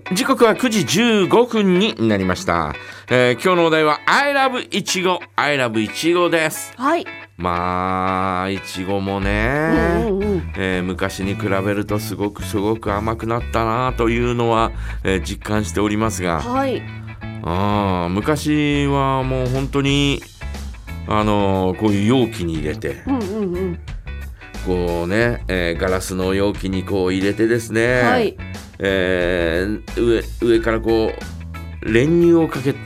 時刻は9時15分になりました。今日のお題は I love いちご I love いちごです。 はい。 まあいちごもね、昔に比べるとすごく甘くなったなというのは、実感しておりますが、 はい。 昔はもう本当にこういう容器に入れて、こうね、ガラスの容器にこう入れてですね、 はい。 上からこう練乳をかけ、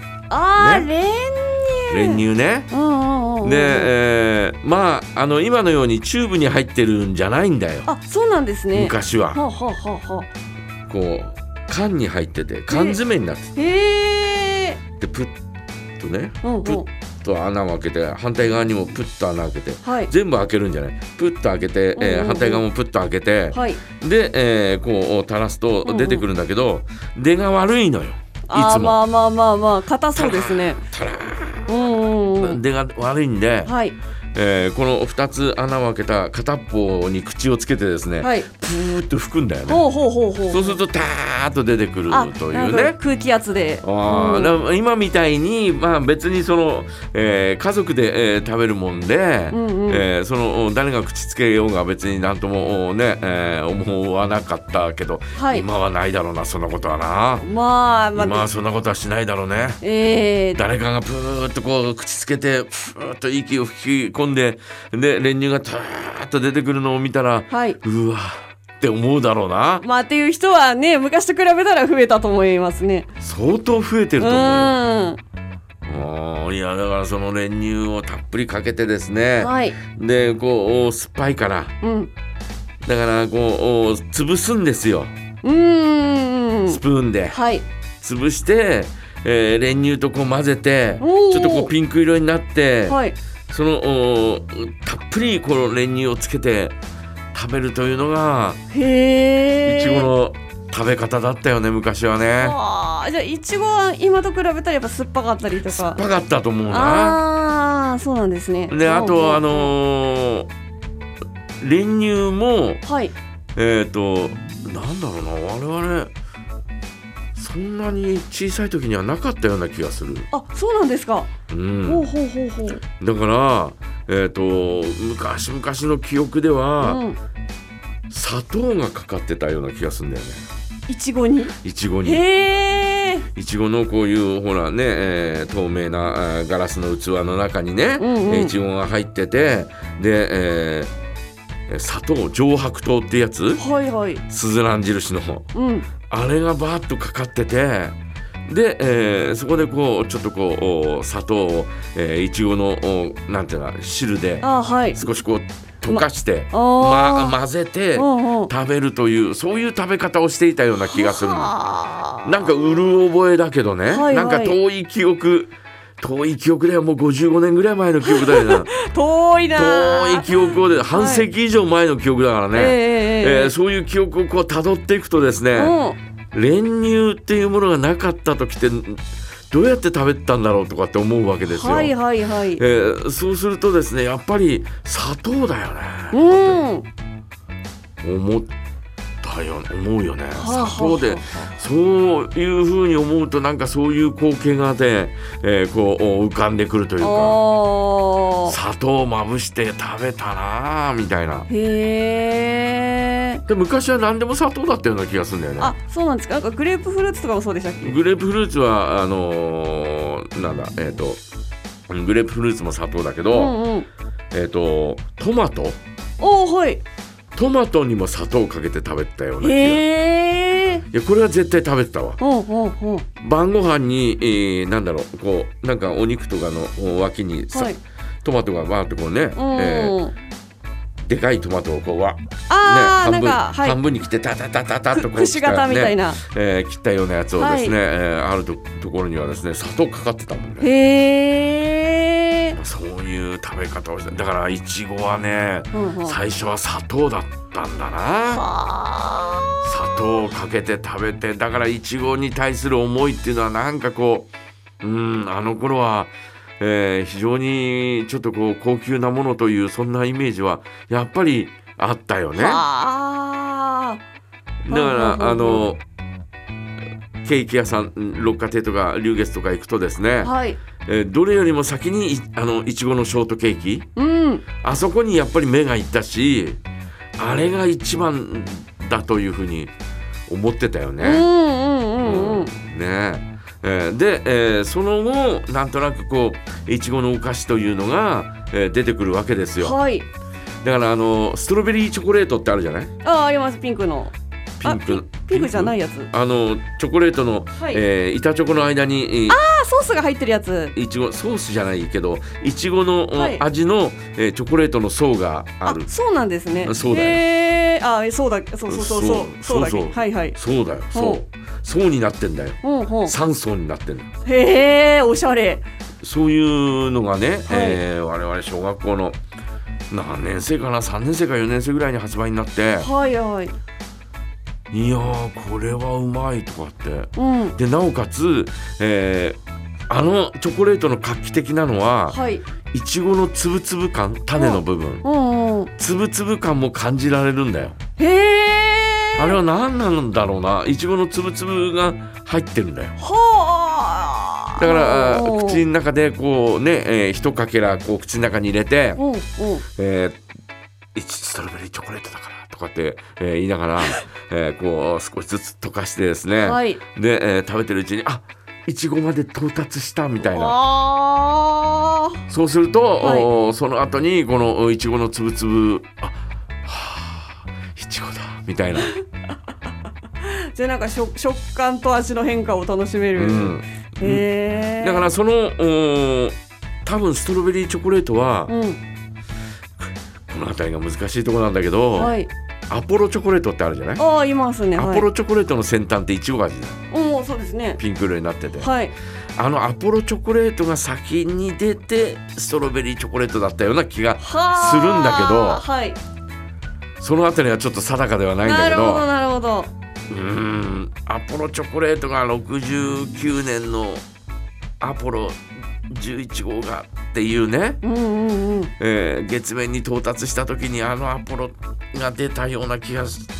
練乳ね、で、今のようにチューブに入ってるんじゃないんだよ。 あ、そうなんですね。 昔はこう缶に入ってて缶詰になってて、でプッとね、プッと穴を開けて反対側にもプッと穴を開けて、全部開けるんじゃない、プッと開けて、反対側もプッと開けて、で、こう垂らすと出てくるんだけど、出が悪いのよ。いつも硬そうですね。 出が悪いんで、この2つ穴を開けた片っぽに口をつけてですね、プーッと吹くんだよね。そうするとターッと出てくるというね、 空気圧で。 今みたいに、別にその、家族で、食べるもんで、その誰が口つけようが別になんともね、思わなかったけど、今はないだろうな、そんなことはな。今はそんなことはしないだろうね。誰かがプーッとこう口つけてプーッと息を吹き込んで、練乳がターッと出てくるのを見たら、うわって思うだろうな。 っていう人はね、昔と比べたら増えたと思いますね。 相当増えてると思うよ。いや、だからその練乳をたっぷりかけてですね、でこう酸っぱいから、だからこう潰すんですよ。スプーンで、潰して、練乳とこう混ぜて、ちょっとこうピンク色になって、そのたっぷりこの練乳をつけて食べるというのがいちごの食べ方だったよね、昔はね。 じゃあいちごは今と比べたらやっぱ酸っぱかったりとか。 酸っぱかったと思うな。 そうなんですね。 で、あと練乳も、なんだろうな、我々そんなに小さい時にはなかったような気がする。 そうなんですか。だから、昔々の記憶では、砂糖がかかってたような気がするんだよね。いちごに。いちごのこういうほらね、透明なガラスの器の中にね、いちごが入ってて、で、砂糖、上白糖ってやつ、スズラン印の、あれがバーッとかかってて、で、そこでこうちょっとこう砂糖を、いちごのなんていうの汁で少しこう溶かして、混ぜて食べるという、そういう食べ方をしていたような気がするの。なんかうる覚えだけどね、なんか遠い記憶ではもう55年ぐらい前の記憶だよな。 遠い記憶で半世紀以上前の記憶だからね、そういう記憶をこう辿っていくとですね、練乳っていうものがなかった時ってどうやって食べたんだろうとかって思うわけですよ。そうするとですね、やっぱり砂糖だよね。思うよね。砂糖でそういう風に思うと、なんかそういう光景がね、こう浮かんでくるというか、砂糖をまぶして食べたなみたいな。で、昔は何でも砂糖だったような気がするんだよね。 そうなんですか。なんかグレープフルーツとかもそうでしたっけ。 グレープフルーツはグレープフルーツも砂糖だけど、トマトトマトにも砂糖をかけて食べたような気が。いや、これは絶対食べてたわ。晩ご飯に、なんだろう、こうなんかお肉とかの脇にトマトがバーッとこうね、でかいトマトをこう半分に切ってタタタタタとこうくし形みたいな、 切ったようなやつをですね、あるところにはですね、砂糖かかってたもんね。そういう食べ方をして、だからいちごはね、最初は砂糖だったんだな。砂糖をかけて食べて、だからいちごに対する思いっていうのはなんかこう、あの頃は、非常にちょっとこう高級なものという、そんなイメージはやっぱりあったよね。だからケーキ屋さん、六花亭とか龍月とか行くとですね、 はい、 どれよりも先にいちごのショートケーキ、あそこにやっぱり目がいったし、あれが一番だというふうに思ってたよね。で、その後なんとなくこういちごのお菓子というのが、出てくるわけですよ。 はい、 だからストロベリーチョコレートってあるじゃない？ あります。ピンクのピンクじゃないやつ、 チョコレートの、 はい、 板チョコの間にソースが入ってるやつ。 いちごソースじゃないけどいちごの、味の、チョコレートの層がある。 そうなんですね。 そうだよ。 そうだはいはい、 そうだよ。層になってんだよ。3層になってんだよ。 へえ、おしゃれ。 そういうのがね、我々小学校の何年生かな、3年生か4年生ぐらいに発売になって、 はいはい、 いやーこれはうまいとかって、でなおかつ、チョコレートの画期的なのは、いちごのつぶつぶ感、種の部分、つぶつぶ感も感じられるんだよ。 へー、 あれは何なんだろうな、いちごのつぶつぶが入ってるんだよ。だから口の中でこうね、一かけらこう口の中に入れて、ストロベリーチョコレートだからとかって、言いながら、こう少しずつ溶かしてですね、で、食べてるうちにいちごまで到達したみたいな。そうすると、その後にこのいちごのつぶつぶ、いちごだみたいな。 じゃあなんか食感と味の変化を楽しめる。 だからその多分ストロベリーチョコレートは、この辺りが難しいところなんだけど、アポロチョコレートってあるじゃない？いますね。アポロチョコレートの先端っていちご味だ。 そうですね。 ピンク色になってて、アポロチョコレートが先に出てストロベリーチョコレートだったような気がするんだけど、そのあたりはちょっと定かではないんだけど。 なるほど。 アポロチョコレートが69年のアポロ11号がっていうね、月面に到達した時にアポロが出たような気がして、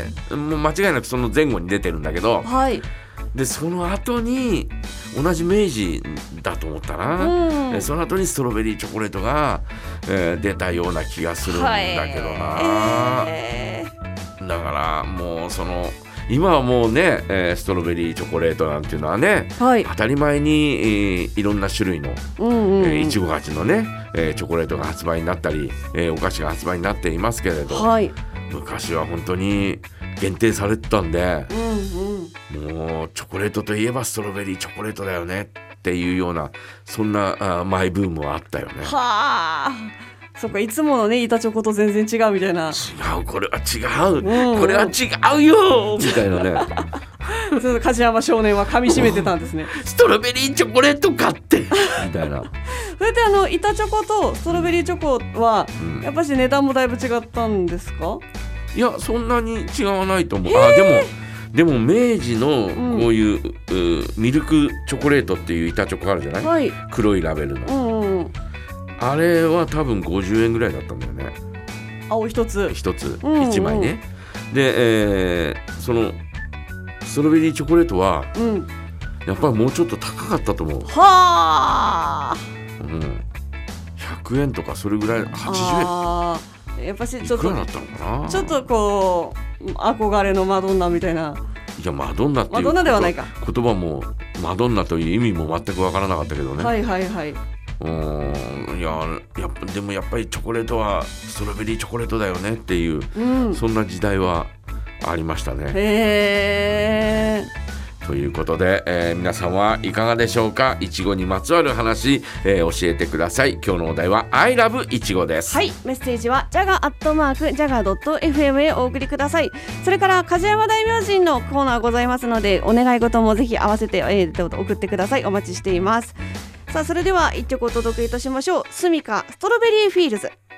もう間違いなくその前後に出てるんだけど、でその後に同じ明治だと思ったな、その後にストロベリーチョコレートが、出たような気がするんだけどな。だからもう今はもうね、ストロベリーチョコレートなんていうのはね、当たり前に、いろんな種類のいちご味のね、チョコレートが発売になったり、お菓子が発売になっていますけれど、昔は本当に限定されてたんで、もうチョコレートといえばストロベリーチョコレートだよねっていうような、そんなマイブームはあったよね。 そっか、いつものね板チョコと全然違うみたいな。 これは違う、これは違うよみたいなね。 ちょっと梶山少年は噛み締めてたんですね。 ストロベリーチョコレート買ってみたいな。 それで板チョコとストロベリーチョコは、やっぱし値段もだいぶ違ったんですか？ いや、そんなに違わないと思う。でも明治のこういう、ミルクチョコレートっていう板チョコあるじゃない、黒いラベルの、あれは多分50円ぐらいだったんだよね。 青一つ 1枚ね。で、そのストロベリーチョコレートは、やっぱりもうちょっと高かったと思う。100円とかそれぐらい、80円。 やっぱしちょっといくらだったのかな。 ちょっとこう憧れのマドンナみたいな。 いや、マドンナっていうマドンナではないか。 言葉もマドンナという意味も全く分からなかったけどね。いやでもやっぱりチョコレートはストロベリーチョコレートだよねっていう、そんな時代はありましたね。ということで、皆さんはいかがでしょうか。いちごにまつわる話、教えてください。今日のお題は I love いちごです。 メッセージは jaga@jaga.fm へお送りください。それから梶山大明神のコーナーございますので、お願い事もぜひ合わせて、送ってください。お待ちしています。さあ、それでは一曲お届けいたしましょう。スミカストロベリーフィールズ。